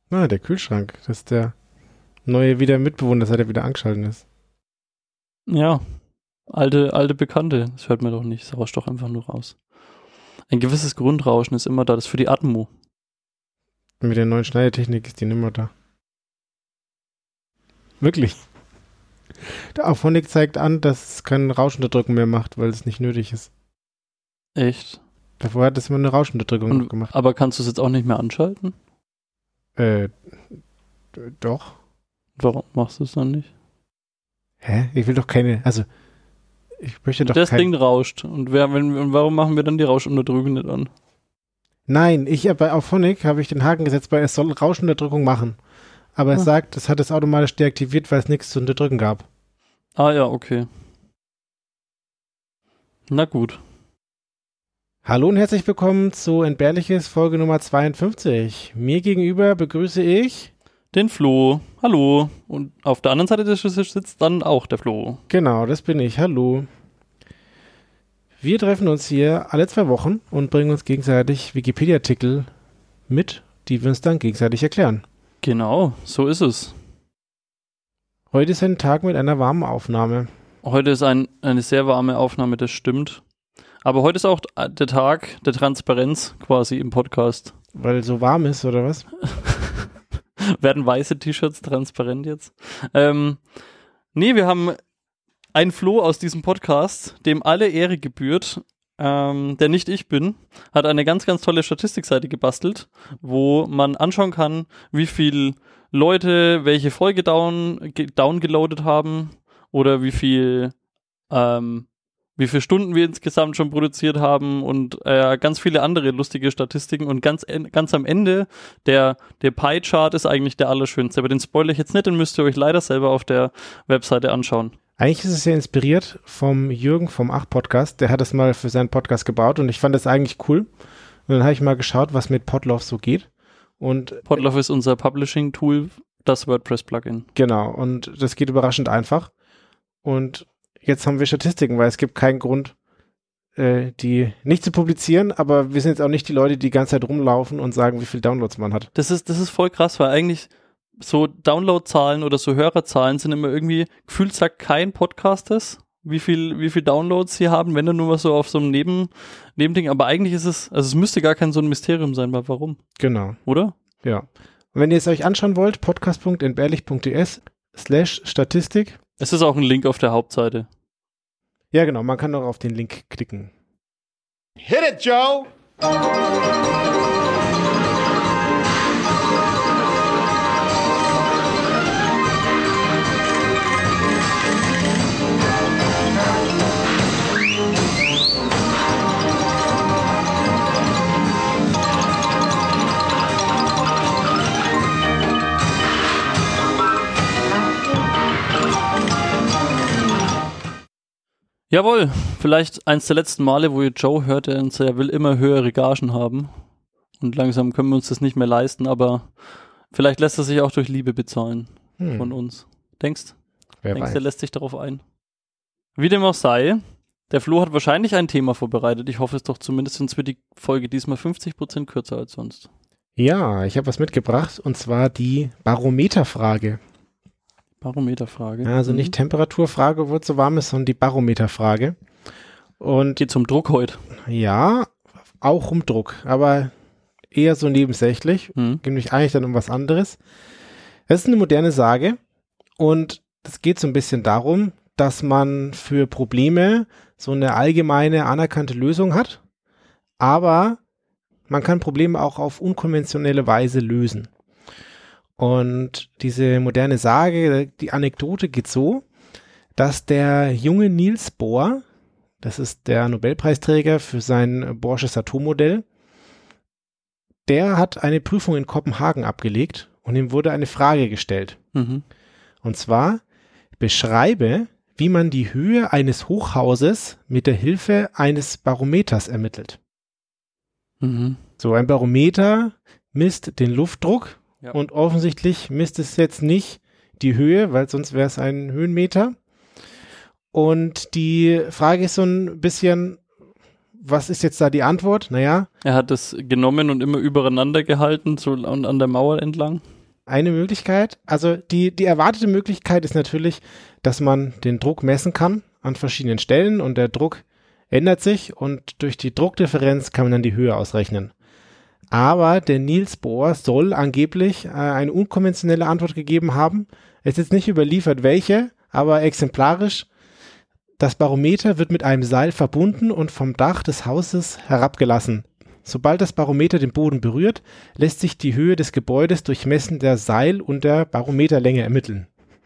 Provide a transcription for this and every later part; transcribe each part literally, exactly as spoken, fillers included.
Ah, der Kühlschrank. Das ist der neue wieder Mitbewohner, seit er wieder angeschaltet ist. Ja, alte, alte Bekannte. Das hört man doch nicht. Das rauscht doch einfach nur raus. Ein gewisses Grundrauschen ist immer da. Das ist für die Atmo. Mit der neuen Schneidetechnik ist die nimmer da. Wirklich. Der Auphonic zeigt an, dass es keine Rauschunterdrückung mehr macht, weil es nicht nötig ist. Echt? Davor hat es immer eine Rauschunterdrückung Und, noch gemacht. aber kannst du es jetzt auch nicht mehr anschalten? Äh, doch. Warum machst du es dann nicht? Hä? Ich will doch keine, also, ich möchte doch das kein... Ding rauscht. Und, wer, wenn, und warum machen wir dann die Rauschunterdrückung nicht an? Nein, ich bei Auphonic habe ich den Haken gesetzt, weil es soll Rauschunterdrückung machen. Aber es Ah. sagt, es hat es automatisch deaktiviert, weil es nichts zu unterdrücken gab. Ah ja, okay. Na gut. Hallo und herzlich willkommen zu Entbehrliches Folge Nummer zweiundfünfzig. Mir gegenüber begrüße ich... Den Flo. Hallo. Und auf der anderen Seite des Tisches sitzt dann auch der Flo. Genau, das bin ich. Hallo. Wir treffen uns hier alle zwei Wochen und bringen uns gegenseitig Wikipedia-Artikel mit, die wir uns dann gegenseitig erklären. Genau, so ist es. Heute ist ein Tag mit einer warmen Aufnahme. Heute ist ein, eine sehr warme Aufnahme, das stimmt. Aber heute ist auch der Tag der Transparenz quasi im Podcast. Weil so warm ist, oder was? Werden weiße T-Shirts transparent jetzt? Ähm, nee, wir haben einen Flo aus diesem Podcast, dem alle Ehre gebührt, ähm, der nicht ich bin, hat eine ganz, ganz tolle Statistikseite gebastelt, wo man anschauen kann, wie viel Leute welche Folge down, ge- downgeloadet haben oder wie viel ähm, wie viele Stunden wir insgesamt schon produziert haben und äh, ganz viele andere lustige Statistiken und ganz, en- ganz am Ende, der, der Pie-Chart ist eigentlich der allerschönste, aber den spoilere ich jetzt nicht, den müsst ihr euch leider selber auf der Webseite anschauen. Eigentlich ist es ja inspiriert vom Jürgen vom acht-Podcast, der hat es mal für seinen Podcast gebaut und ich fand das eigentlich cool. Und dann habe ich mal geschaut, was mit Podlove so geht. Und Podlove ist unser Publishing-Tool, das WordPress-Plugin. Genau, und das geht überraschend einfach. Und jetzt haben wir Statistiken, weil es gibt keinen Grund, äh, die nicht zu publizieren, aber wir sind jetzt auch nicht die Leute, die die ganze Zeit rumlaufen und sagen, wie viel Downloads man hat. Das ist, das ist voll krass, weil eigentlich so Downloadzahlen oder so Hörerzahlen sind immer irgendwie, gefühlt sagt kein Podcast das, wie viel, wie viel Downloads sie haben, wenn dann nur was so auf so einem Neben, Nebending, aber eigentlich ist es, also es müsste gar kein so ein Mysterium sein, weil warum? Genau. Oder? Ja. Und wenn ihr es euch anschauen wollt, podcast.entbehrlich.es slash Statistik. Es ist auch ein Link auf der Hauptseite. Ja, genau, man kann doch auf den Link klicken. Hit it, Joe! Jawohl, vielleicht eins der letzten Male, wo ihr Joe hört, der uns ja will immer höhere Gagen haben. Und langsam können wir uns das nicht mehr leisten, aber vielleicht lässt er sich auch durch Liebe bezahlen Hm, von uns. Denkst? wer Denkst weiß. du, er lässt sich darauf ein? Wie dem auch sei, der Flo hat wahrscheinlich ein Thema vorbereitet. Ich hoffe es doch zumindest, sonst wird die Folge diesmal fünfzig Prozent kürzer als sonst. Ja, ich habe was mitgebracht und zwar die Barometerfrage. Barometerfrage. Ja, also nicht Temperaturfrage, wo es so warm ist, sondern die Barometerfrage. Und Geht zum Druck heute. ja, auch um Druck, aber eher so nebensächlich. Hm. Geht nämlich eigentlich dann um was anderes. Es ist eine moderne Sage und es geht so ein bisschen darum, dass man für Probleme so eine allgemeine anerkannte Lösung hat, aber man kann Probleme auch auf unkonventionelle Weise lösen. Und diese moderne Sage, die Anekdote geht so, dass der junge Niels Bohr, das ist der Nobelpreisträger für sein Bohrsches Atommodell, der hat eine Prüfung in Kopenhagen abgelegt und ihm wurde eine Frage gestellt. Mhm. Und zwar, beschreibe, wie man die Höhe eines Hochhauses mit der Hilfe eines Barometers ermittelt. Mhm. So, ein Barometer misst den Luftdruck. Ja. Und offensichtlich misst es jetzt nicht die Höhe, weil sonst wäre es ein Höhenmeter. Und die Frage ist so ein bisschen, was ist jetzt da die Antwort? Naja. Er hat es genommen und immer übereinander gehalten, so an, an der Mauer entlang. eine Möglichkeit. Also die, die erwartete Möglichkeit ist natürlich, dass man den Druck messen kann an verschiedenen Stellen und der Druck ändert sich und durch die Druckdifferenz kann man dann die Höhe ausrechnen. Aber der Niels Bohr soll angeblich äh, eine unkonventionelle Antwort gegeben haben. Es ist jetzt nicht überliefert, welche, aber exemplarisch. Das Barometer wird mit einem Seil verbunden und vom Dach des Hauses herabgelassen. Sobald das Barometer den Boden berührt, lässt sich die Höhe des Gebäudes durch Messen der Seil- und der Barometerlänge ermitteln.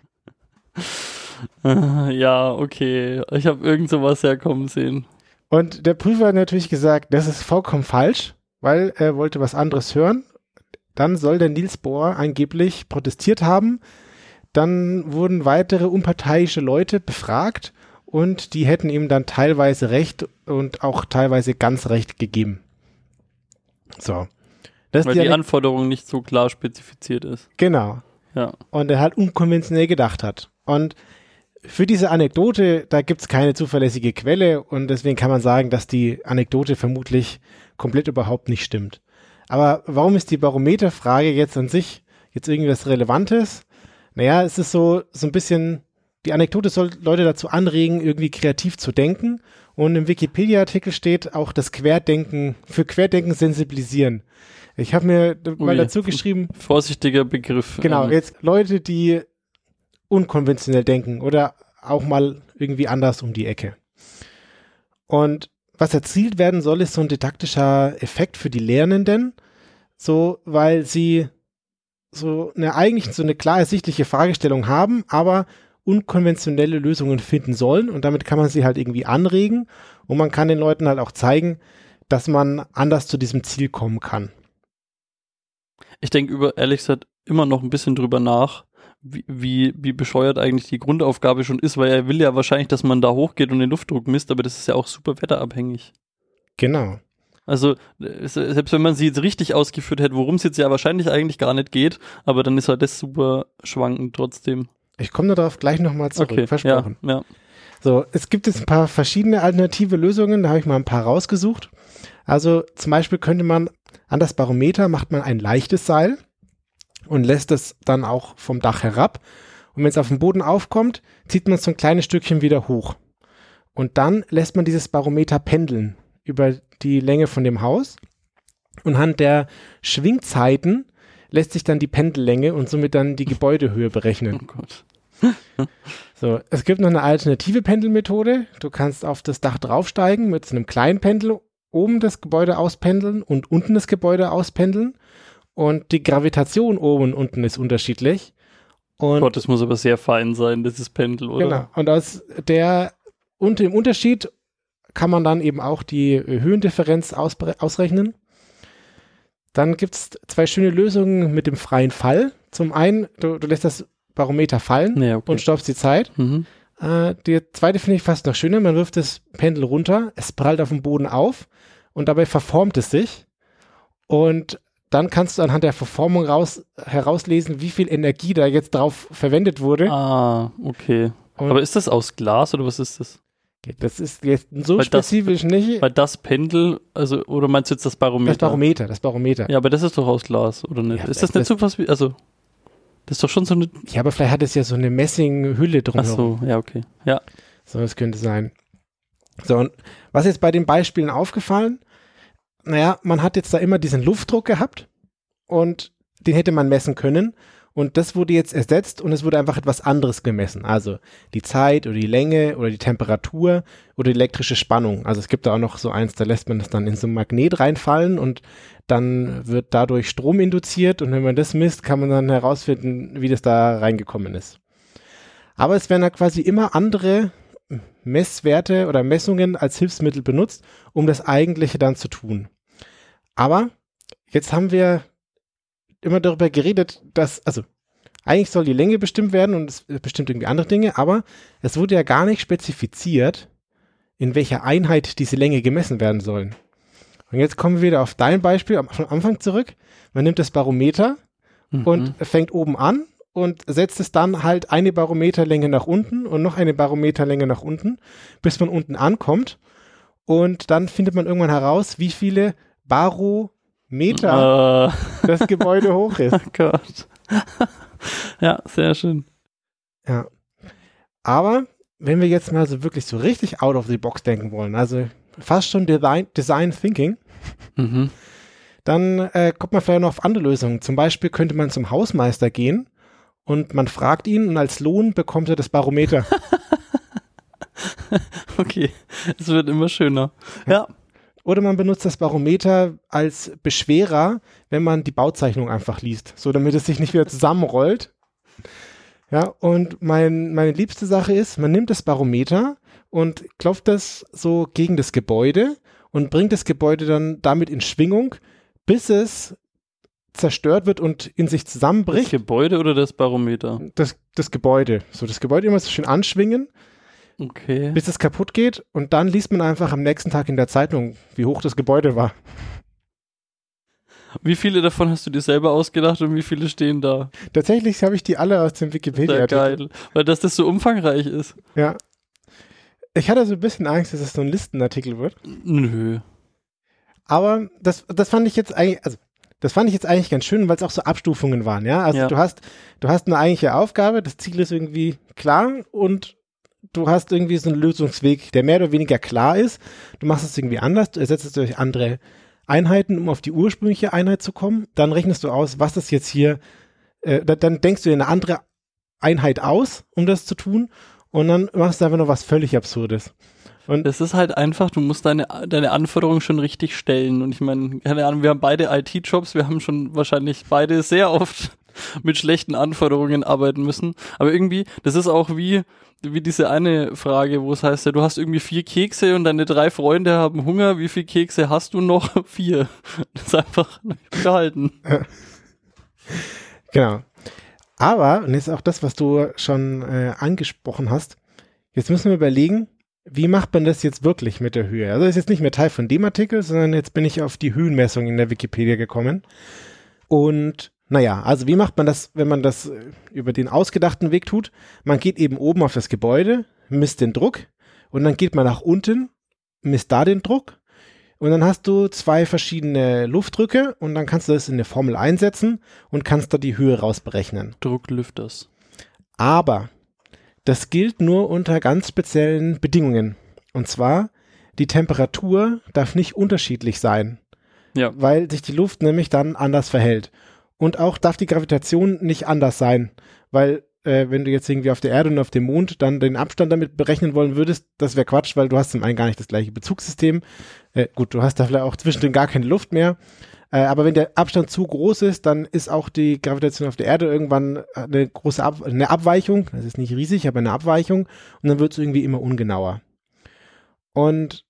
Ja, okay. Ich habe irgend sowas herkommen sehen. Und der Prüfer hat natürlich gesagt, das ist vollkommen falsch, weil er wollte was anderes hören. Dann soll der Niels Bohr angeblich protestiert haben. Dann wurden weitere unparteiische Leute befragt und die hätten ihm dann teilweise recht und auch teilweise ganz recht gegeben. So. Das Weil die, die Anek- Anforderung nicht so klar spezifiziert ist. Genau. Ja. Und er halt unkonventionell gedacht hat. Und für diese Anekdote, da gibt es keine zuverlässige Quelle und deswegen kann man sagen, dass die Anekdote vermutlich komplett überhaupt nicht stimmt. Aber warum ist die Barometerfrage jetzt an sich jetzt irgendwas Relevantes? Naja, es ist so, so ein bisschen, die Anekdote soll Leute dazu anregen, irgendwie kreativ zu denken. Und im Wikipedia-Artikel steht auch das Querdenken, für Querdenken sensibilisieren. Ich habe mir Ui, mal dazu geschrieben. Vorsichtiger Begriff. Genau, ähm, jetzt Leute, die unkonventionell denken oder auch mal irgendwie anders um die Ecke. Und was erzielt werden soll, ist so ein didaktischer Effekt für die Lernenden, so, weil sie so eine eigentlich so eine klar ersichtliche Fragestellung haben, aber unkonventionelle Lösungen finden sollen und damit kann man sie halt irgendwie anregen und man kann den Leuten halt auch zeigen, dass man anders zu diesem Ziel kommen kann. Ich denke über, ehrlich gesagt, immer noch ein bisschen drüber nach, wie, wie, wie bescheuert eigentlich die Grundaufgabe schon ist, weil er will ja wahrscheinlich, dass man da hochgeht und den Luftdruck misst, aber das ist ja auch super wetterabhängig. Genau. Also selbst wenn man sie jetzt richtig ausgeführt hätte, worum es jetzt ja wahrscheinlich eigentlich gar nicht geht, aber dann ist halt das super schwankend trotzdem. Ich komme darauf gleich nochmal zurück, Okay, versprochen. Ja, ja. So, es gibt jetzt ein paar verschiedene alternative Lösungen, da habe ich mal ein paar rausgesucht. Also zum Beispiel könnte man an das Barometer macht man ein leichtes Seil und lässt es dann auch vom Dach herab. Und wenn es auf den Boden aufkommt, zieht man es so ein kleines Stückchen wieder hoch. Und dann lässt man dieses Barometer pendeln über die Länge von dem Haus. Und anhand der Schwingzeiten lässt sich dann die Pendellänge und somit dann die Gebäudehöhe berechnen. Oh Gott. So, es gibt noch eine alternative Pendelmethode. Du kannst auf das Dach draufsteigen mit so einem kleinen Pendel, oben das Gebäude auspendeln und unten das Gebäude auspendeln. Und die Gravitation oben und unten ist unterschiedlich. Und Gott, das muss aber sehr fein sein, dieses Pendel, oder? genau. Und aus der und dem Unterschied kann man dann eben auch die Höhendifferenz ausbre- ausrechnen. Dann gibt es zwei schöne Lösungen mit dem freien Fall. Zum einen, du, du lässt das Barometer fallen Ja, okay. und stoppst die Zeit. Mhm. Äh, die zweite finde ich fast noch schöner. Man wirft das Pendel runter, es prallt auf dem Boden auf und dabei verformt es sich. Und dann kannst du anhand der Verformung raus, herauslesen, wie viel Energie da jetzt drauf verwendet wurde. Ah, okay. Und Aber ist das aus Glas oder was ist das? das ist jetzt so Weil das- spezifisch nicht. Weil das Pendel, also, oder meinst du jetzt das Barometer? Das Barometer, das Barometer. Ja, aber das ist doch aus Glas, oder nicht? Ja, ist das, das- nicht so was wie, also, das ist doch schon so eine, Ja, aber vielleicht hat es ja so eine Messinghülle ach drumherum. so, ja, okay. Ja, So, das könnte sein. So, und was ist bei den Beispielen aufgefallen? Naja, man hat jetzt da immer diesen Luftdruck gehabt und den hätte man messen können und das wurde jetzt ersetzt und es wurde einfach etwas anderes gemessen. Also die Zeit oder die Länge oder die Temperatur oder die elektrische Spannung. Also es gibt da auch noch so eins, da lässt man das dann in so ein Magnet reinfallen und dann wird dadurch Strom induziert und wenn man das misst, kann man dann herausfinden, wie das da reingekommen ist. Aber es werden da quasi immer andere Messwerte oder Messungen als Hilfsmittel benutzt, um das Eigentliche dann zu tun. Aber jetzt haben wir immer darüber geredet, dass, also eigentlich soll die Länge bestimmt werden und es bestimmt irgendwie andere Dinge, aber es wurde ja gar nicht spezifiziert, in welcher Einheit diese Länge gemessen werden sollen. Und jetzt kommen wir wieder auf dein Beispiel am am Anfang zurück. Man nimmt das Barometer mhm. und fängt oben an und setzt es dann halt eine Barometerlänge nach unten und noch eine Barometerlänge nach unten, bis man unten ankommt. Und dann findet man irgendwann heraus, wie viele Barometer Meter Äh, das Gebäude hoch ist. oh Gott. Ja, sehr schön. Ja. Aber wenn wir jetzt mal so wirklich so richtig out of the box denken wollen, also fast schon Design, Design Thinking, Mhm. dann äh, kommt man vielleicht noch auf andere Lösungen. Zum Beispiel könnte man zum Hausmeister gehen und man fragt ihn und als Lohn bekommt er das Barometer. Okay, es wird immer schöner. Ja. Oder man benutzt das Barometer als Beschwerer, wenn man die Bauzeichnung einfach liest, so damit es sich nicht wieder zusammenrollt. Ja, und mein, meine liebste Sache ist, man nimmt das Barometer und klopft das so gegen das Gebäude und bringt das Gebäude dann damit in Schwingung, bis es zerstört wird und in sich Das zusammenbricht. Gebäude oder das Barometer? Das, das Gebäude. So, das Gebäude immer so schön anschwingen, Okay. bis es kaputt geht und dann liest man einfach am nächsten Tag in der Zeitung, wie hoch das Gebäude war. Wie viele davon hast du dir selber ausgedacht und wie viele stehen da? Tatsächlich habe ich die alle aus dem Sehr Wikipedia-Artikel. geil. Weil dass das so umfangreich ist. Ja. Ich hatte so ein bisschen Angst, dass es so ein Listenartikel wird. Nö. Aber das, das fand ich jetzt eigentlich, also das fand ich jetzt eigentlich ganz schön, weil es auch so Abstufungen waren, ja. Also Ja. du hast, du hast eine eigentliche Aufgabe, das Ziel ist irgendwie klar und du hast irgendwie so einen Lösungsweg, der mehr oder weniger klar ist. Du machst es irgendwie anders, du ersetzt es durch andere Einheiten, um auf die ursprüngliche Einheit zu kommen. Dann rechnest du aus, was das jetzt hier, äh, da, dann denkst du dir eine andere Einheit aus, um das zu tun. Und dann machst du einfach noch was völlig Absurdes. Und Das ist halt einfach, du musst deine, deine Anforderungen schon richtig stellen. Und ich meine, keine Ahnung, wir haben beide I T-Jobs, wir haben schon wahrscheinlich beide sehr oft mit schlechten Anforderungen arbeiten müssen. Aber irgendwie, das ist auch wie, wie diese eine Frage, wo es heißt, ja, du hast irgendwie vier Kekse und deine drei Freunde haben Hunger, wie viele Kekse hast du noch? Vier. Das ist einfach behalten. genau. Aber, und jetzt auch das, was du schon äh, angesprochen hast, jetzt müssen wir überlegen, wie macht man das jetzt wirklich mit der Höhe? Also das ist jetzt nicht mehr Teil von dem Artikel, sondern jetzt bin ich auf die Höhenmessung in der Wikipedia gekommen. Und naja, also wie macht man das, wenn man das äh, über den ausgedachten Weg tut? Man geht eben oben auf das Gebäude, misst den Druck und dann geht man nach unten, misst da den Druck und dann hast du zwei verschiedene Luftdrücke und dann kannst du das in eine Formel einsetzen und kannst da die Höhe rausberechnen. Drucklüfters. Aber das gilt nur unter ganz speziellen Bedingungen. Und zwar, die Temperatur darf nicht unterschiedlich sein, Ja. weil sich die Luft nämlich dann anders verhält. Und auch darf die Gravitation nicht anders sein, weil äh, wenn du jetzt irgendwie auf der Erde und auf dem Mond dann den Abstand damit berechnen wollen würdest, das wäre Quatsch, weil du hast zum einen gar nicht das gleiche Bezugssystem. Äh, gut, du hast da vielleicht auch zwischendrin gar keine Luft mehr. Äh, aber wenn der Abstand zu groß ist, dann ist auch die Gravitation auf der Erde irgendwann eine große Ab- eine Abweichung. Das ist nicht riesig, aber eine Abweichung. Und dann wird es irgendwie immer ungenauer. Und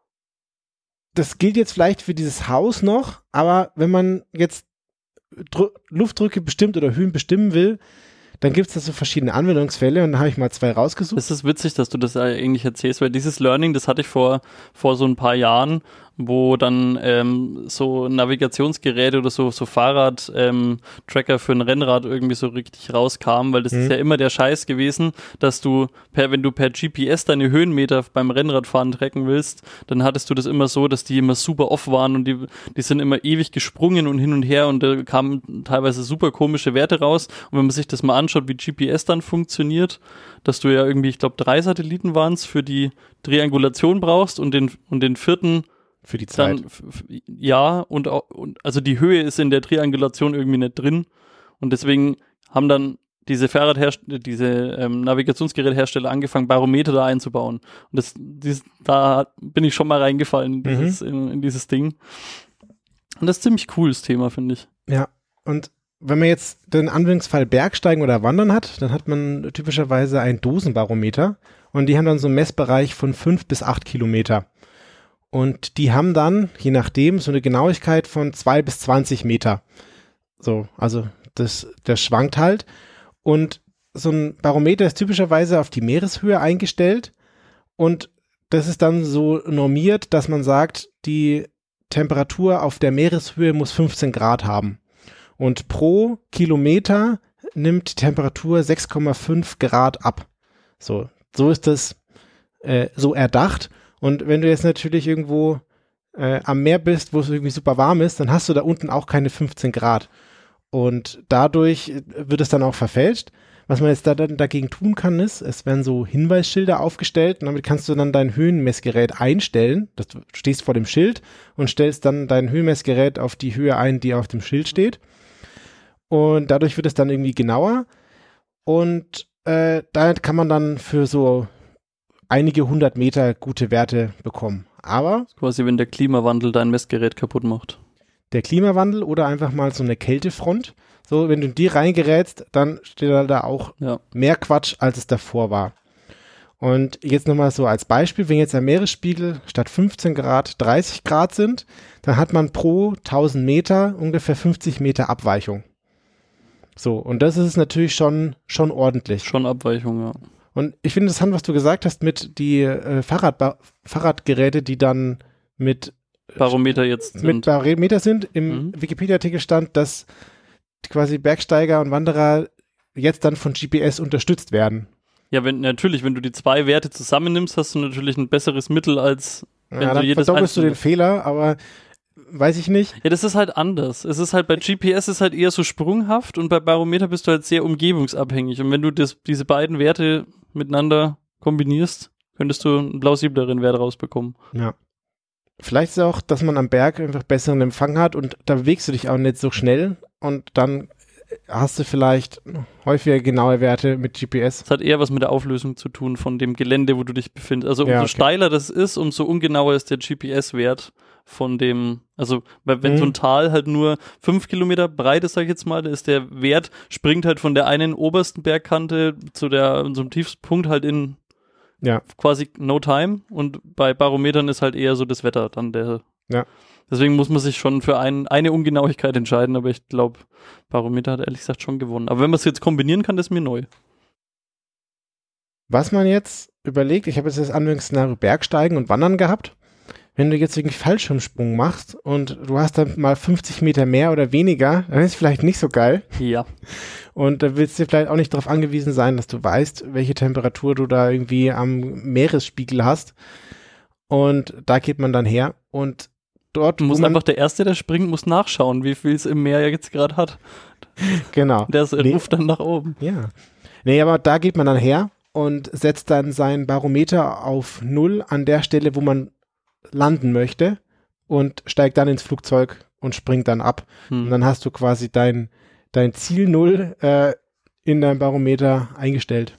das gilt jetzt vielleicht für dieses Haus noch, aber wenn man jetzt Dr- Luftdrücke bestimmt oder Höhen bestimmen will, dann gibt es da so verschiedene Anwendungsfälle und da habe ich mal zwei rausgesucht. Es ist witzig, dass du das eigentlich erzählst, weil dieses Learning, das hatte ich vor, vor so ein paar Jahren, wo dann ähm, so Navigationsgeräte oder so, so Fahrrad-Tracker ähm, für ein Rennrad irgendwie so richtig rauskamen, weil das Mhm. ist ja immer der Scheiß gewesen, dass du, per, wenn du per G P S deine Höhenmeter beim Rennradfahren tracken willst, dann hattest du das immer so, dass die immer super off waren und die, die sind immer ewig gesprungen und hin und her und da kamen teilweise super komische Werte raus. Und wenn man sich das mal anschaut, wie G P S dann funktioniert, dass du ja irgendwie, ich glaube, drei Satelliten waren es, für die Triangulation brauchst und den, und den vierten Für die Zeit. dann, f- f- ja, und, au- und also die Höhe ist in der Triangulation irgendwie nicht drin und deswegen haben dann diese Fahrradhersteller, diese ähm, Navigationsgerätehersteller angefangen, Barometer da einzubauen. Und das, dies, da bin ich schon mal reingefallen in dieses, in, in dieses Ding. Und das ist ziemlich cooles Thema, finde ich. Ja, und wenn man jetzt den Anwendungsfall Bergsteigen oder Wandern hat, dann hat man typischerweise ein Dosenbarometer und die haben dann so einen Messbereich von fünf bis acht Kilometer. Und die haben dann, je nachdem, so eine Genauigkeit von zwei bis zwanzig Meter. So, also das, das schwankt halt. Und so ein Barometer ist typischerweise auf die Meereshöhe eingestellt und das ist dann so normiert, dass man sagt, die Temperatur auf der Meereshöhe muss fünfzehn Grad haben. Und pro Kilometer nimmt die Temperatur sechs Komma fünf Grad ab. So, so ist das äh, so erdacht. Und wenn du jetzt natürlich irgendwo äh, am Meer bist, wo es irgendwie super warm ist, dann hast du da unten auch keine fünfzehn Grad. Und dadurch wird es dann auch verfälscht. Was man jetzt da dann dagegen tun kann, ist, es werden so Hinweisschilder aufgestellt und damit kannst du dann dein Höhenmessgerät einstellen. Das, du stehst vor dem Schild und stellst dann dein Höhenmessgerät auf die Höhe ein, die auf dem Schild steht. Und dadurch wird es dann irgendwie genauer. Und äh, da kann man dann für so einige hundert Meter gute Werte bekommen. Aber quasi, wenn der Klimawandel dein Messgerät kaputt macht. Der Klimawandel oder einfach mal so eine Kältefront. So, wenn du in die reingerätst, dann steht da auch ja. mehr Quatsch, als es davor war. Und jetzt nochmal so als Beispiel, wenn jetzt der Meeresspiegel statt fünfzehn Grad dreißig Grad sind, dann hat man pro tausend Meter ungefähr fünfzig Meter Abweichung. So, und das ist natürlich schon, schon ordentlich. Schon Abweichung, ja. Und ich finde interessant, was du gesagt hast mit die äh, Fahrrad, Fahrradgeräte, die dann mit Barometer jetzt sind. Mit Barometer sind. Im mhm. Wikipedia-Artikel stand, dass quasi Bergsteiger und Wanderer jetzt dann von G P S unterstützt werden. Ja, wenn natürlich, wenn du die zwei Werte zusammennimmst, hast du natürlich ein besseres Mittel, als wenn ja, du dann jedes verdoppelst du einzelne... den Fehler, aber weiß ich nicht. Ja, das ist halt anders. Es ist halt bei G P S ist halt eher so sprunghaft und bei Barometer bist du halt sehr umgebungsabhängig. Und wenn du das, diese beiden Werte miteinander kombinierst, könntest du einen plausibleren Wert rausbekommen. Ja. Vielleicht ist es auch, dass man am Berg einfach besseren Empfang hat und da bewegst du dich auch nicht so schnell und dann hast du vielleicht häufiger genaue Werte mit G P S. Das hat eher was mit der Auflösung zu tun von dem Gelände, wo du dich befindest. Also umso Ja, okay. steiler das ist, umso ungenauer ist der G P S-Wert von dem, also wenn mhm. so ein Tal halt nur fünf Kilometer breit ist, sag ich jetzt mal, dann ist der Wert, springt halt von der einen obersten Bergkante zu der, zum tiefsten Punkt halt in Ja. quasi no time und bei Barometern ist halt eher so das Wetter dann der. Ja. Deswegen muss man sich schon für ein, eine Ungenauigkeit entscheiden, aber ich glaube, Barometer hat ehrlich gesagt schon gewonnen. Aber wenn man es jetzt kombinieren kann, das ist mir neu. Was man jetzt überlegt, ich habe jetzt das Anwendungsszenario Bergsteigen und Wandern gehabt. Wenn du jetzt irgendwie Fallschirmsprung machst und du hast dann mal fünfzig Meter mehr oder weniger, dann ist es vielleicht nicht so geil. Ja. Und da willst du vielleicht auch nicht darauf angewiesen sein, dass du weißt, welche Temperatur du da irgendwie am Meeresspiegel hast. Und da geht man dann her und dort muss man einfach der Erste, der springt, muss nachschauen, wie viel es im Meer jetzt gerade hat. Genau. Der nee. ruft dann nach oben. Ja. Nee, aber da geht man dann her und setzt dann sein Barometer auf Null an der Stelle, wo man landen möchte und steigt dann ins Flugzeug und springt dann ab. Hm. Und dann hast du quasi dein, dein Ziel Null äh, in deinem Barometer eingestellt.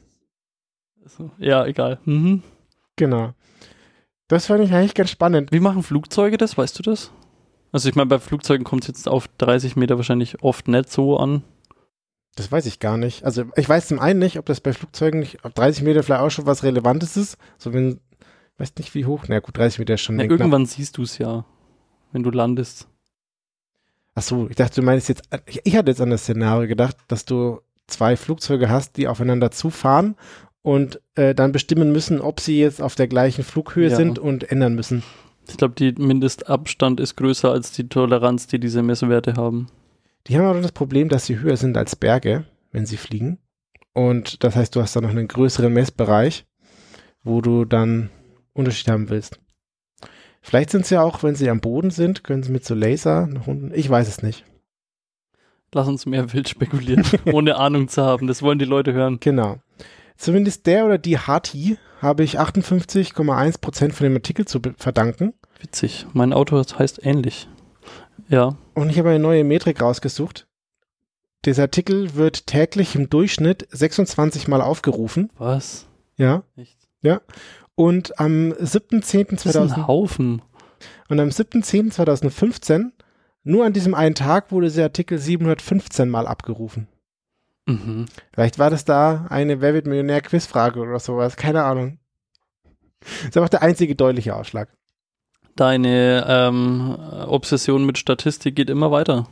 Ja, egal. Mhm. Genau. Das fand ich eigentlich ganz spannend. Wie machen Flugzeuge das? Weißt du das? Also ich meine, bei Flugzeugen kommt es jetzt auf dreißig Meter wahrscheinlich oft nicht so an. Das weiß ich gar nicht. Also ich weiß zum einen nicht, ob das bei Flugzeugen nicht auf dreißig Meter vielleicht auch schon was Relevantes ist. So wenn, weiß nicht wie hoch. Na gut, dreißig Meter ist schon. Ja, irgendwann siehst du es ja, wenn du landest. Ach so, ich dachte, du meinst jetzt, ich, ich hatte jetzt an das Szenario gedacht, dass du zwei Flugzeuge hast, die aufeinander zufahren und äh, dann bestimmen müssen, ob sie jetzt auf der gleichen Flughöhe Ja. sind und ändern müssen. Ich glaube, die Mindestabstand ist größer als die Toleranz, die diese Messwerte haben. Die haben aber das Problem, dass sie höher sind als Berge, wenn sie fliegen. Und das heißt, du hast da noch einen größeren Messbereich, wo du dann Unterschied haben willst. Vielleicht sind sie ja auch, wenn sie am Boden sind, können sie mit so Laser nach unten. Ich weiß es nicht. Lass uns mehr wild spekulieren, ohne Ahnung zu haben. Das wollen die Leute hören. Genau. Zumindest der oder die Hati habe ich achtundfünfzig Komma eins Prozent von dem Artikel zu be- verdanken. Witzig. Mein Auto heißt ähnlich. Ja. Und ich habe eine neue Metrik rausgesucht. Dieser Artikel wird täglich im Durchschnitt sechsundzwanzig Mal aufgerufen. Was? Ja. Echt? Und am siebten zehnten Das ist ein zweitausend Haufen. und am siebten zehnten zweitausendfünfzehn, nur an diesem einen Tag, wurde dieser Artikel siebenhundertfünfzehn Mal abgerufen. Mhm. Vielleicht war das da eine Wer wird Millionär-Quizfrage oder sowas, keine Ahnung. Das ist aber auch der einzige deutliche Ausschlag. Deine ähm, Obsession mit Statistik geht immer weiter.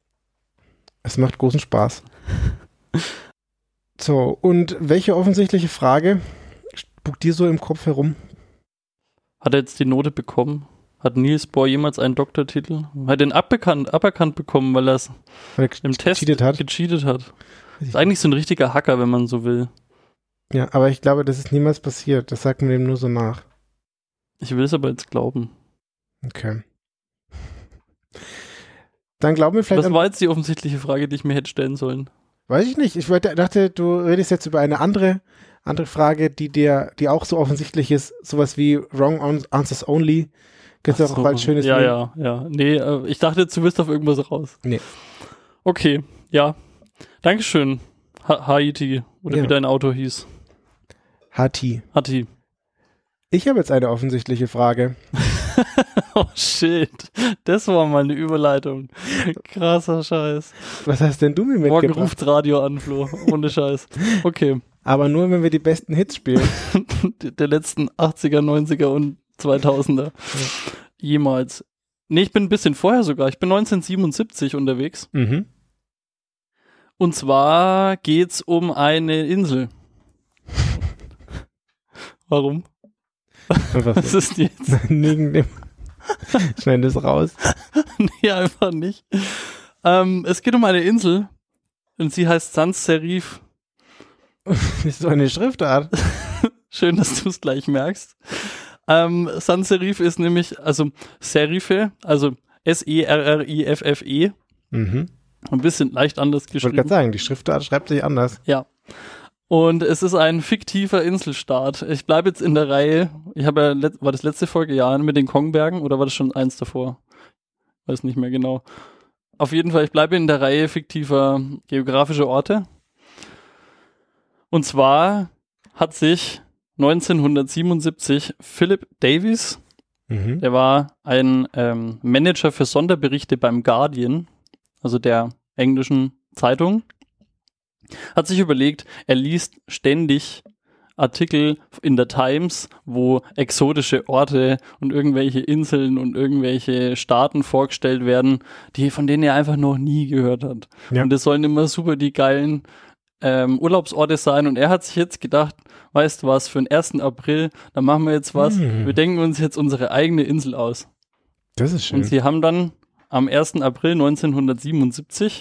Es macht großen Spaß. So, und welche offensichtliche Frage spukt dir so im Kopf herum? Hat er jetzt die Note bekommen? Hat Niels Bohr jemals einen Doktortitel? Hat den aberkannt, aberkannt bekommen, weil er es Weil er im Test gecheatet hat? gecheatet hat. Ist eigentlich so ein richtiger Hacker, wenn man so will. Ja, aber ich glaube, das ist niemals passiert. Das sagt man dem nur so nach. Ich will es aber jetzt glauben. Okay. Dann glauben wir vielleicht Das an, war jetzt die offensichtliche Frage, die ich mir hätte stellen sollen. weiß ich nicht, ich wollte- dachte, du redest jetzt über eine andere, andere Frage, die dir, die auch so offensichtlich ist, sowas wie Wrong Answers Only. Gibt es Ach auch als schönes Ja, Meme. ja, ja. Nee, äh, ich dachte, du willst auf irgendwas raus. Nee. Okay, ja. Dankeschön, ha Haiti, oder Ja. wie dein Auto hieß. Hati. Hati. Ich habe jetzt eine offensichtliche Frage. Oh shit, das war mal eine Überleitung. Krasser Scheiß. Was hast denn du mir Morgen mitgebracht? ruft Radio an, Flo. Ohne Scheiß. Okay. Aber nur, wenn wir die besten Hits spielen. Der letzten achtziger, neunziger und zweitausender. Jemals. Nee, ich bin ein bisschen vorher sogar. Ich bin neunzehnhundertsiebenundsiebzig unterwegs. Mhm. Und zwar geht's um eine Insel. Warum? Und Was was ist die jetzt? Wegen dem Schneid das raus. Nee, einfach nicht. Ähm, es geht um eine Insel und sie heißt Sans Serif. Das ist so eine Schriftart. Schön, dass du es gleich merkst. Ähm, Sans Serif ist nämlich, also Serife, also S E R R I F F E, Mhm. ein bisschen leicht anders Ich wollte gerade geschrieben. sagen, die Schriftart schreibt sich anders. Ja. Und es ist ein fiktiver Inselstaat. Ich bleibe jetzt in der Reihe. Ich habe ja, let- war das letzte Folge ja mit den Kongbergen oder war das schon eins davor? Weiß nicht mehr genau. Auf jeden Fall, ich bleibe in der Reihe fiktiver geografischer Orte. Und zwar hat sich neunzehnhundertsiebenundsiebzig Philip Davies, Mhm. der war ein ähm, Manager für Sonderberichte beim Guardian, also der englischen Zeitung, hat sich überlegt, er liest ständig Artikel in der Times, wo exotische Orte und irgendwelche Inseln und irgendwelche Staaten vorgestellt werden, die von denen er einfach noch nie gehört hat. Ja. Und das sollen immer super die geilen ähm, Urlaubsorte sein. Und er hat sich jetzt gedacht, weißt du was, für den ersten April, da machen wir jetzt was. Mhm. Wir denken uns jetzt unsere eigene Insel aus. Das ist schön. Und sie haben dann am ersten April neunzehnhundertsiebenundsiebzig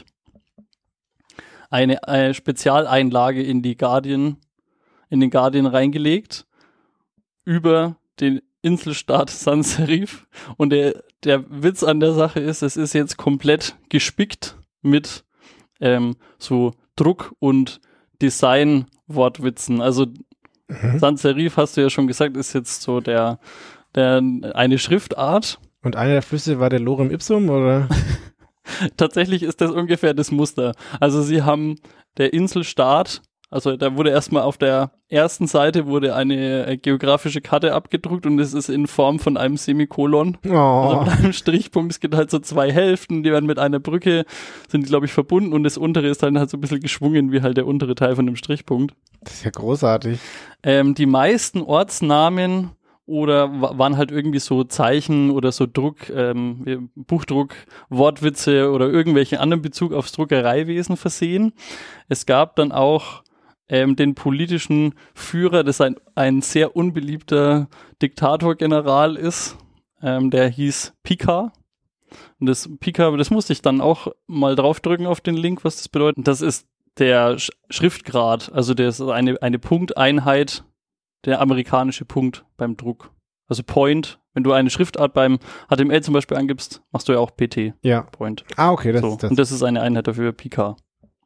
eine, eine Spezialeinlage in die Guardian, in den Guardian reingelegt über den Inselstaat Sans Serif. Und der, der Witz an der Sache ist, es ist jetzt komplett gespickt mit ähm, so Druck- und Design-Wortwitzen. Also Mhm. Sans Serif, hast du ja schon gesagt, ist jetzt so der, der eine Schriftart. Und einer der Flüsse war der Lorem Ipsum, oder? Tatsächlich ist das ungefähr das Muster. Also sie haben der Inselstaat, also da wurde erstmal auf der ersten Seite wurde eine äh, geografische Karte abgedruckt und es ist in Form von einem Semikolon. Also Oh. mit einem Strichpunkt, es gibt halt so zwei Hälften, die werden mit einer Brücke, sind die, glaube ich, verbunden und das untere ist dann halt so ein bisschen geschwungen wie halt der untere Teil von dem Strichpunkt. Das ist ja großartig. Ähm, die meisten Ortsnamen oder wa- waren halt irgendwie so Zeichen oder so Druck, ähm, Buchdruck, Wortwitze oder irgendwelchen anderen Bezug aufs Druckereiwesen versehen. Es gab dann auch ähm, den politischen Führer, das ein, ein sehr unbeliebter Diktatorgeneral ist, ähm, der hieß Picard. Und das Picard, das musste ich dann auch mal draufdrücken auf den Link, was das bedeutet. Das ist der Sch Schriftgrad, also das ist eine, eine Punkteinheit, der amerikanische Punkt beim Druck. Also Point, wenn du eine Schriftart beim H T M L zum Beispiel angibst, machst du ja auch P T, Ja. Point. Ah, okay, das So. ist das. Und das ist eine Einheit dafür, Picard.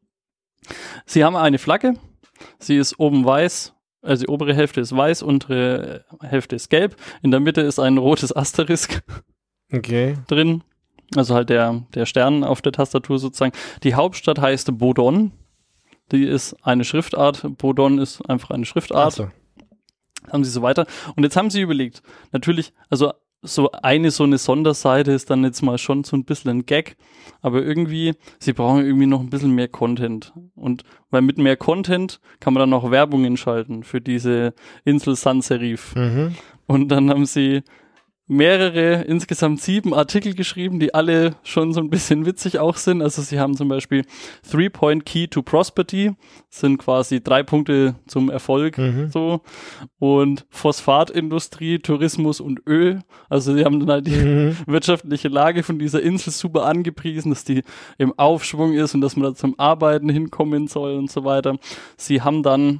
Sie haben eine Flagge, sie ist oben weiß, also die obere Hälfte ist weiß, untere Hälfte ist gelb, in der Mitte ist ein rotes Asterisk Okay. drin, also halt der, der Stern auf der Tastatur sozusagen. Die Hauptstadt heißt Bodon, die ist eine Schriftart, Bodon ist einfach eine Schriftart. Ach so. Haben sie so weiter. Und jetzt haben sie überlegt, natürlich, also so eine so eine Sonderseite ist dann jetzt mal schon so ein bisschen ein Gag, aber irgendwie, sie brauchen irgendwie noch ein bisschen mehr Content. Und weil mit mehr Content kann man dann auch Werbungen schalten für diese Insel Sans Serif. Mhm. Und dann haben sie mehrere, insgesamt sieben Artikel geschrieben, die alle schon so ein bisschen witzig auch sind. Also sie haben zum Beispiel Three-Point Key to Prosperity, sind quasi drei Punkte zum Erfolg, Mhm. so. Und Phosphatindustrie, Tourismus und Öl. Also sie haben dann halt die Mhm. wirtschaftliche Lage von dieser Insel super angepriesen, dass die im Aufschwung ist und dass man da zum Arbeiten hinkommen soll und so weiter. Sie haben dann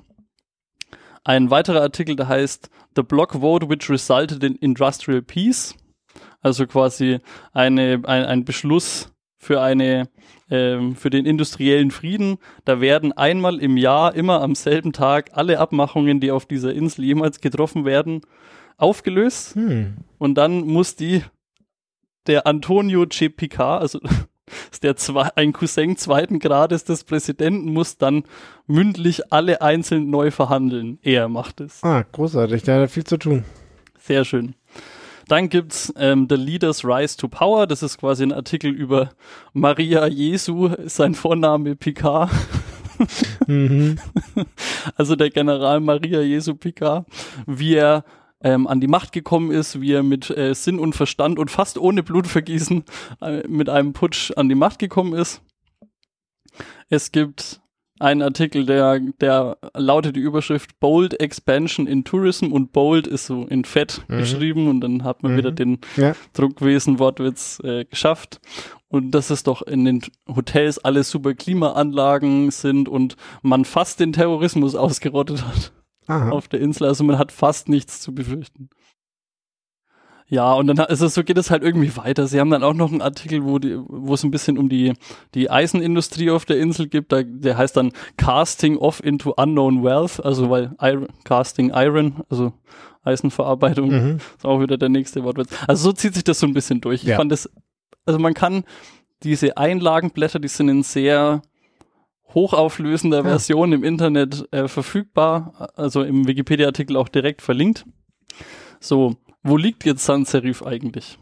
ein weiterer Artikel, der heißt The Block Vote which resulted in industrial peace. also quasi eine, ein, ein Beschluss für eine ähm, für den industriellen Frieden. Da werden einmal im Jahr, immer am selben Tag, alle Abmachungen, die auf dieser Insel jemals getroffen werden, aufgelöst. Hm. Und dann muss die der Antonio Che Picard, also ist der zwei, ein Cousin zweiten Grades des Präsidenten, muss dann mündlich alle einzeln neu verhandeln. Er macht es. Ah, großartig, da hat er viel zu tun. Sehr schön. Dann gibt's ähm, The Leader's Rise to Power. Das ist quasi ein Artikel über Maria Jesu, ist sein Vorname Picard. Mhm. Also der General Maria Jesu Picard, wie er ähm, an die Macht gekommen ist, wie er mit äh, Sinn und Verstand und fast ohne Blutvergießen äh, mit einem Putsch an die Macht gekommen ist. Es gibt einen Artikel, der, der lautet die Überschrift Bold Expansion in Tourism, und Bold ist so in Fett mhm. geschrieben, und dann hat man mhm. wieder den ja. Druckwesen-Wortwitz äh, geschafft. Und dass es doch in den Hotels alles super Klimaanlagen sind und man fast den Terrorismus ausgerottet hat. Aha. Auf der Insel, also man hat fast nichts zu befürchten. Ja, und dann also so geht es halt irgendwie weiter. Sie haben dann auch noch einen Artikel, wo die, wo es ein bisschen um die die Eisenindustrie auf der Insel gibt. Da, der heißt dann Casting Off into Unknown Wealth, also weil Iron, Casting Iron, also Eisenverarbeitung, mhm. ist auch wieder der nächste Wortwitz. Also so zieht sich das so ein bisschen durch. Ja. Ich fand das, also man kann diese Einlagenblätter, die sind in sehr hochauflösender ja. Version im Internet äh, verfügbar, also im Wikipedia-Artikel auch direkt verlinkt. So, wo liegt jetzt Sans Serif eigentlich?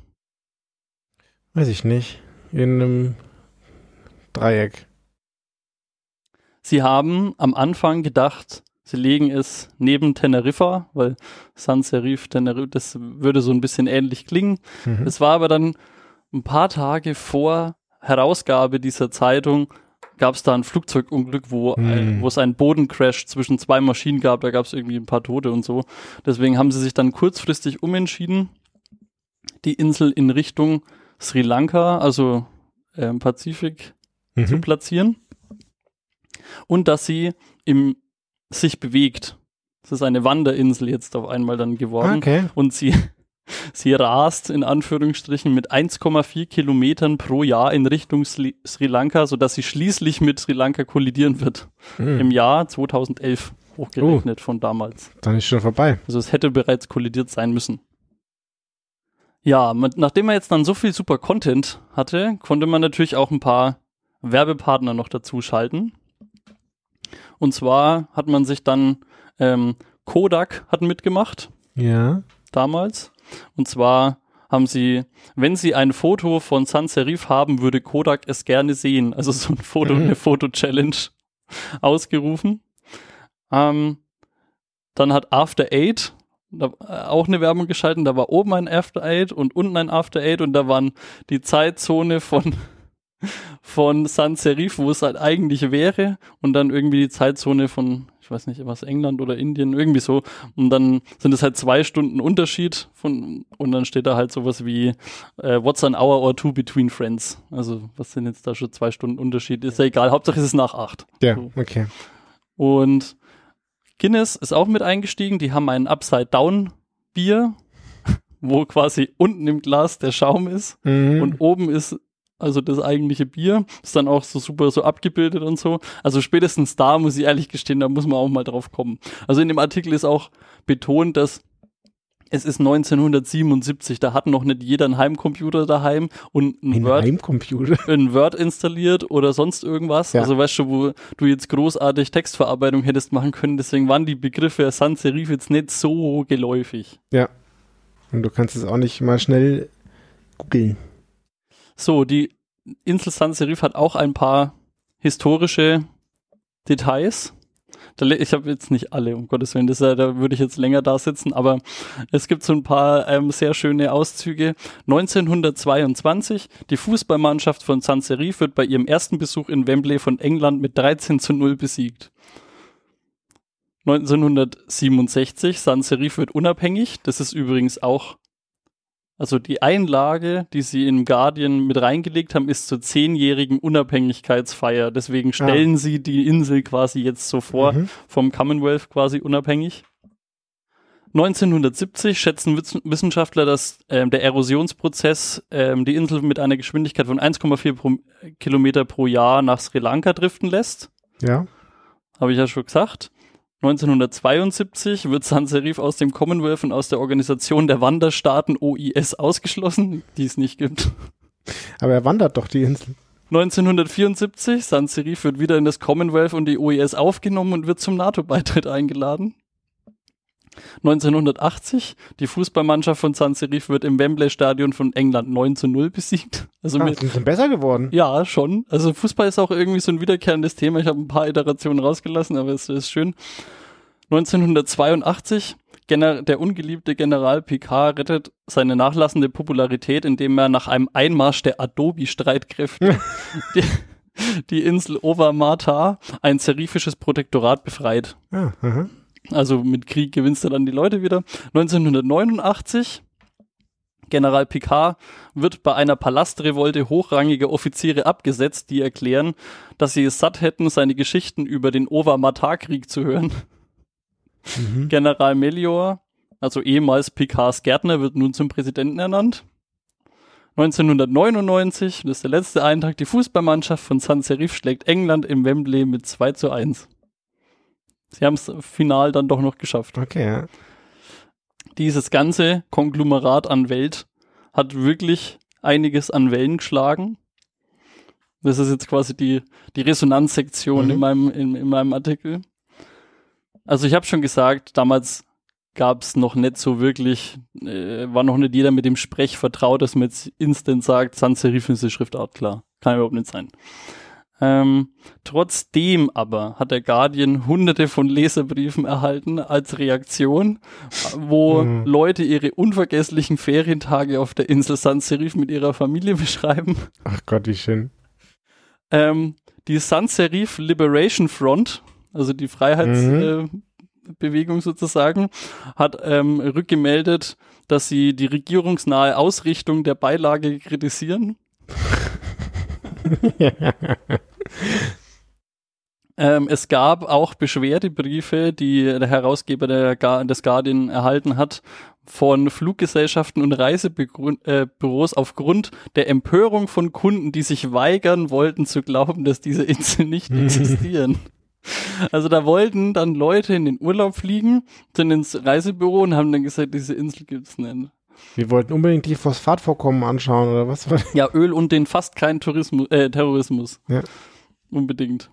Weiß ich nicht. In einem Dreieck. Sie haben am Anfang gedacht, sie legen es neben Teneriffa, weil Sans Serif, Teneriffa, das würde so ein bisschen ähnlich klingen. Mhm. Es war aber dann ein paar Tage vor Herausgabe dieser Zeitung, gab es da ein Flugzeugunglück, wo, hm. ein, wo es einen Bodencrash zwischen zwei Maschinen gab, da gab es irgendwie ein paar Tote und so. Deswegen haben sie sich dann kurzfristig umentschieden, die Insel in Richtung Sri Lanka, also äh, im Pazifik, mhm. zu platzieren. Und dass sie im, sich bewegt. Das ist eine Wanderinsel jetzt auf einmal dann geworden. Okay. Und sie Sie rast in Anführungsstrichen mit eins Komma vier Kilometern pro Jahr in Richtung Sri, Sri Lanka, sodass sie schließlich mit Sri Lanka kollidieren wird. Mhm. Im Jahr zweitausendelf hochgerechnet oh, von damals. Dann ist schon vorbei. Also es hätte bereits kollidiert sein müssen. Ja, mit, nachdem man jetzt dann so viel super Content hatte, konnte man natürlich auch ein paar Werbepartner noch dazu schalten. Und zwar hat man sich dann ähm, Kodak hat mitgemacht. Ja. Damals. Und zwar haben sie, wenn sie ein Foto von Sans Serif haben, würde Kodak es gerne sehen. Also so ein Foto, eine Foto-Challenge ausgerufen. Ähm, dann hat After Eight da, äh, auch eine Werbung geschalten. Da war oben ein After Eight und unten ein After Eight, und da waren die Zeitzone von von Sans Serif, wo es halt eigentlich wäre, und dann irgendwie die Zeitzone von, ich weiß nicht, was, England oder Indien, irgendwie so. Und dann sind es halt zwei Stunden Unterschied von, und dann steht da halt sowas wie äh, what's an hour or two between friends? Also was sind jetzt da schon zwei Stunden Unterschied? Ist ja egal, Hauptsache es ist nach acht. Ja, so. Okay. Und Guinness ist auch mit eingestiegen, die haben ein Upside-Down-Bier, wo quasi unten im Glas der Schaum ist mhm. und oben ist also das eigentliche Bier, ist dann auch so super so abgebildet und so. Also spätestens da, muss ich ehrlich gestehen, da muss man auch mal drauf kommen. Also in dem Artikel ist auch betont, dass es ist neunzehnhundertsiebenundsiebzig, da hat noch nicht jeder einen Heimcomputer daheim und ein, ein Word, Heimcomputer? ein Word installiert oder sonst irgendwas. Ja. Also weißt du, wo du jetzt großartig Textverarbeitung hättest machen können, deswegen waren die Begriffe Sans Serif jetzt nicht so geläufig. Ja, und du kannst es auch nicht mal schnell googeln. So, die Insel Sans Serif hat auch ein paar historische Details. Ich habe jetzt nicht alle, um Gottes Willen, das, da würde ich jetzt länger da sitzen, aber es gibt so ein paar ähm, sehr schöne Auszüge. neunzehnhundertzweiundzwanzig, die Fußballmannschaft von Sans Serif wird bei ihrem ersten Besuch in Wembley von England mit dreizehn zu null besiegt. neunzehnhundertsiebenundsechzig, Sans Serif wird unabhängig, das ist übrigens auch, also die Einlage, die sie in Guardian mit reingelegt haben, ist zur zehnjährigen Unabhängigkeitsfeier. Deswegen stellen ja. sie die Insel quasi jetzt so vor, mhm. vom Commonwealth quasi unabhängig. neunzehnhundertsiebzig schätzen Wiss- Wissenschaftler, dass ähm, der Erosionsprozess ähm, die Insel mit einer Geschwindigkeit von eins Komma vier pro, Kilometer pro Jahr nach Sri Lanka driften lässt. Ja. Habe ich ja schon gesagt. neunzehnhundertzweiundsiebzig wird San Serif aus dem Commonwealth und aus der Organisation der Wanderstaaten O I S ausgeschlossen, die es nicht gibt. Aber er wandert doch die Insel. neunzehnhundertvierundsiebzig, San Serif wird wieder in das Commonwealth und die O I S aufgenommen und wird zum NATO-Beitritt eingeladen. neunzehnhundertachtzig, die Fußballmannschaft von San Serif wird im Wembley-Stadion von England neun zu null besiegt. Also Ah, mit, sind sie besser geworden. ja, schon. Also Fußball ist auch irgendwie so ein wiederkehrendes Thema. Ich habe ein paar Iterationen rausgelassen, aber es ist schön. neunzehnhundertzweiundachtzig, Gener- der ungeliebte General Picard rettet seine nachlassende Popularität, indem er nach einem Einmarsch der Adobe-Streitkräfte die, die Insel Over-Mata, ein serifisches Protektorat, befreit. Ah, aha. Also mit Krieg gewinnst du dann die Leute wieder. neunzehnhundertneunundachtzig, General Picard wird bei einer Palastrevolte hochrangiger Offiziere abgesetzt, die erklären, dass sie es satt hätten, seine Geschichten über den Over-Mata-Krieg zu hören. Mhm. General Melior, also ehemals Picards Gärtner, wird nun zum Präsidenten ernannt. neunzehnhundertneunundneunzig, das ist der letzte Eintrag, die Fußballmannschaft von San Serif schlägt England im Wembley mit zwei zu eins. Sie haben es final dann doch noch geschafft. Okay, ja. Dieses ganze Konglomerat an Welt hat wirklich einiges an Wellen geschlagen. Das ist jetzt quasi die, die Resonanzsektion Mhm. in meinem, in, in meinem Artikel. Also ich habe schon gesagt, damals gab es noch nicht so wirklich, äh, war noch nicht jeder mit dem Sprech vertraut, dass man jetzt instant sagt, Sans Serif ist die Schriftart, klar. Kann überhaupt nicht sein. Ähm, trotzdem aber hat der Guardian hunderte von Leserbriefen erhalten als Reaktion, wo Mhm. Leute ihre unvergesslichen Ferientage auf der Insel Sans Serif mit ihrer Familie beschreiben. Ach Gott, wie schön. Ähm, die Sans Serif Liberation Front, also die Freiheitsbewegung äh, Bewegung sozusagen, hat ähm, rückgemeldet, dass sie die regierungsnahe Ausrichtung der Beilage kritisieren. ähm, es gab auch Beschwerdebriefe, die der Herausgeber der Ga- des Guardian erhalten hat, von Fluggesellschaften und Reisebüros aufgrund der Empörung von Kunden, die sich weigern wollten zu glauben, dass diese Inseln nicht existieren. Also da wollten dann Leute in den Urlaub fliegen, sind ins Reisebüro und haben dann gesagt, diese Insel gibt's nicht. Wir wollten unbedingt die Phosphatvorkommen anschauen, oder was? Ja, Öl und den fast keinen Tourismus, äh, Terrorismus. Ja. Unbedingt.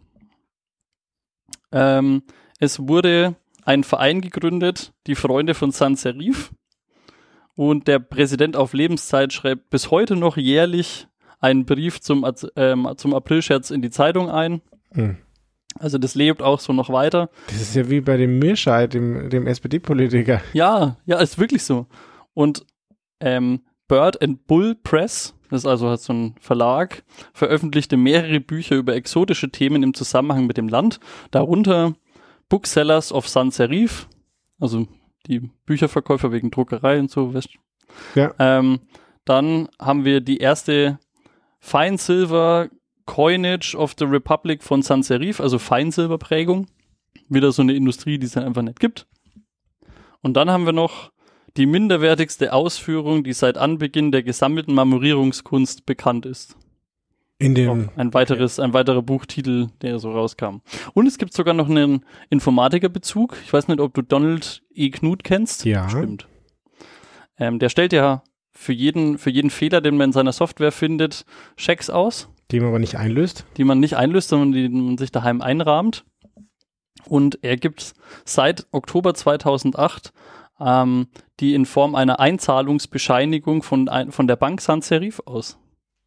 Ähm, es wurde ein Verein gegründet, die Freunde von San Serif. Und der Präsident auf Lebenszeit schreibt bis heute noch jährlich einen Brief zum, ähm, zum Aprilscherz in die Zeitung ein. Hm. Also das lebt auch so noch weiter. Das ist ja wie bei dem Mirscheid, dem, dem S P D-Politiker. Ja, ja, ist wirklich so. Und ähm, Bird and Bull Press, das ist also halt so ein Verlag, veröffentlichte mehrere Bücher über exotische Themen im Zusammenhang mit dem Land, darunter Booksellers of San Serif, also die Bücherverkäufer wegen Druckerei und so, weißt du. Ja. Ähm, dann haben wir die erste Fine Silver Coinage of the Republic von San Serif, also Feinsilberprägung. Wieder so eine Industrie, die es dann einfach nicht gibt. Und dann haben wir noch die minderwertigste Ausführung, die seit Anbeginn der gesammelten Marmorierungskunst bekannt ist. In dem. Ein weiteres, ein weiterer Buchtitel, der so rauskam. Und es gibt sogar noch einen Informatikerbezug. Ich weiß nicht, ob du Donald E. Knuth kennst. Ja. Stimmt. Ähm, der stellt ja für jeden, für jeden Fehler, den man in seiner Software findet, Schecks aus, Die man aber nicht einlöst. die man nicht einlöst, sondern die man sich daheim einrahmt. Und er gibt seit Oktober zweitausendacht ähm, die in Form einer Einzahlungsbescheinigung von, ein, von der Bank Sans Serif aus.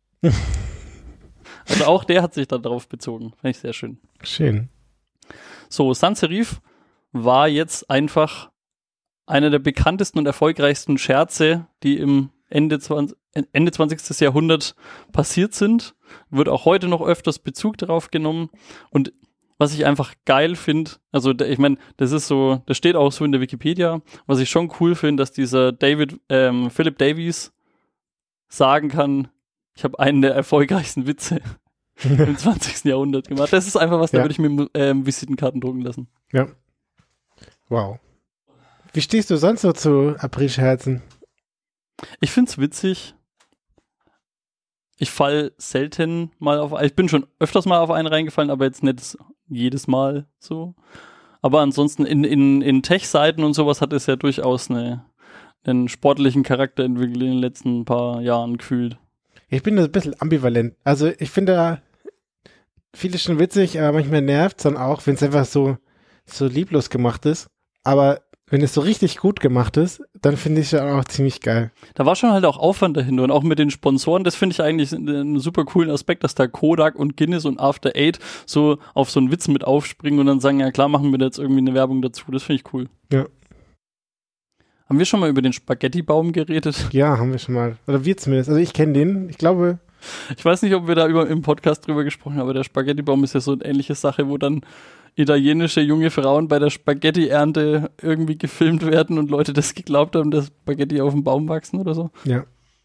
Also auch der hat sich da drauf bezogen. Fand ich sehr schön. Schön. So, Sans Serif war jetzt einfach einer der bekanntesten und erfolgreichsten Scherze, die im Ende, zwanzig, Ende zwanzigsten Jahrhundert passiert sind. Wird auch heute noch öfters Bezug darauf genommen. Und was ich einfach geil finde, also ich meine, das ist so, das steht auch so in der Wikipedia, was ich schon cool finde, dass dieser David, ähm, Philip Davies sagen kann, ich habe einen der erfolgreichsten Witze im zwanzigsten Jahrhundert gemacht. Das ist einfach was, da Ja. würde ich mir ähm, Visitenkarten drucken lassen. Ja. Wow. Wie stehst du sonst so zu Aprilscherzen? Ich find's witzig. Ich fall selten mal auf, ich bin schon öfters mal auf einen reingefallen, aber jetzt nicht jedes Mal so. Aber ansonsten in, in, in Tech-Seiten und sowas hat es ja durchaus eine, einen sportlichen Charakter entwickelt in den letzten paar Jahren gefühlt. Ich bin da ein bisschen ambivalent. Also ich finde da vieles schon witzig, aber manchmal nervt es dann auch, wenn es einfach so, so lieblos gemacht ist. Aber wenn es so richtig gut gemacht ist, dann finde ich es ja auch ziemlich geil. Da war schon halt auch Aufwand dahinter und auch mit den Sponsoren, das finde ich eigentlich einen super coolen Aspekt, dass da Kodak und Guinness und After Eight so auf so einen Witz mit aufspringen und dann sagen, ja klar, machen wir da jetzt irgendwie eine Werbung dazu. Das finde ich cool. Ja. Haben wir schon mal über den Spaghetti-Baum geredet? Ja, haben wir schon mal. Oder wir zumindest. Also ich kenne den. Ich glaube... Ich weiß nicht, ob wir da über, im Podcast drüber gesprochen haben, aber der Spaghetti-Baum ist ja so eine ähnliche Sache, wo dann italienische junge Frauen bei der Spaghetti-Ernte irgendwie gefilmt werden und Leute das geglaubt haben, dass Spaghetti auf dem Baum wachsen oder so. Ja.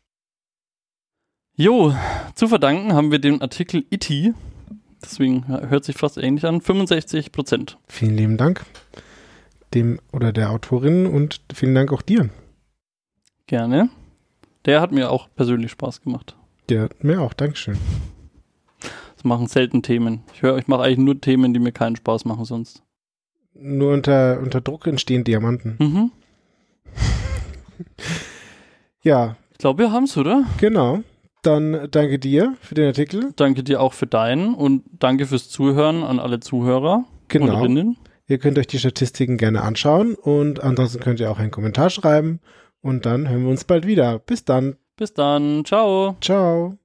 Jo, zu verdanken haben wir den Artikel I T, deswegen hört sich fast ähnlich an, fünfundsechzig Prozent. Vielen lieben Dank dem oder der Autorin und vielen Dank auch dir. Gerne. Der hat mir auch persönlich Spaß gemacht. Der mir auch, Dankeschön. Das machen selten Themen. Ich höre, ich mache eigentlich nur Themen, die mir keinen Spaß machen sonst. Nur unter, unter Druck entstehen Diamanten. Mhm. Ja. Ich glaube, wir haben es, oder? Genau. Dann danke dir für den Artikel. Danke dir auch für deinen und danke fürs Zuhören an alle Zuhörer. Genau. Hörerinnen. Ihr könnt euch die Statistiken gerne anschauen und ansonsten könnt ihr auch einen Kommentar schreiben und dann hören wir uns bald wieder. Bis dann. Bis dann. Ciao. Ciao.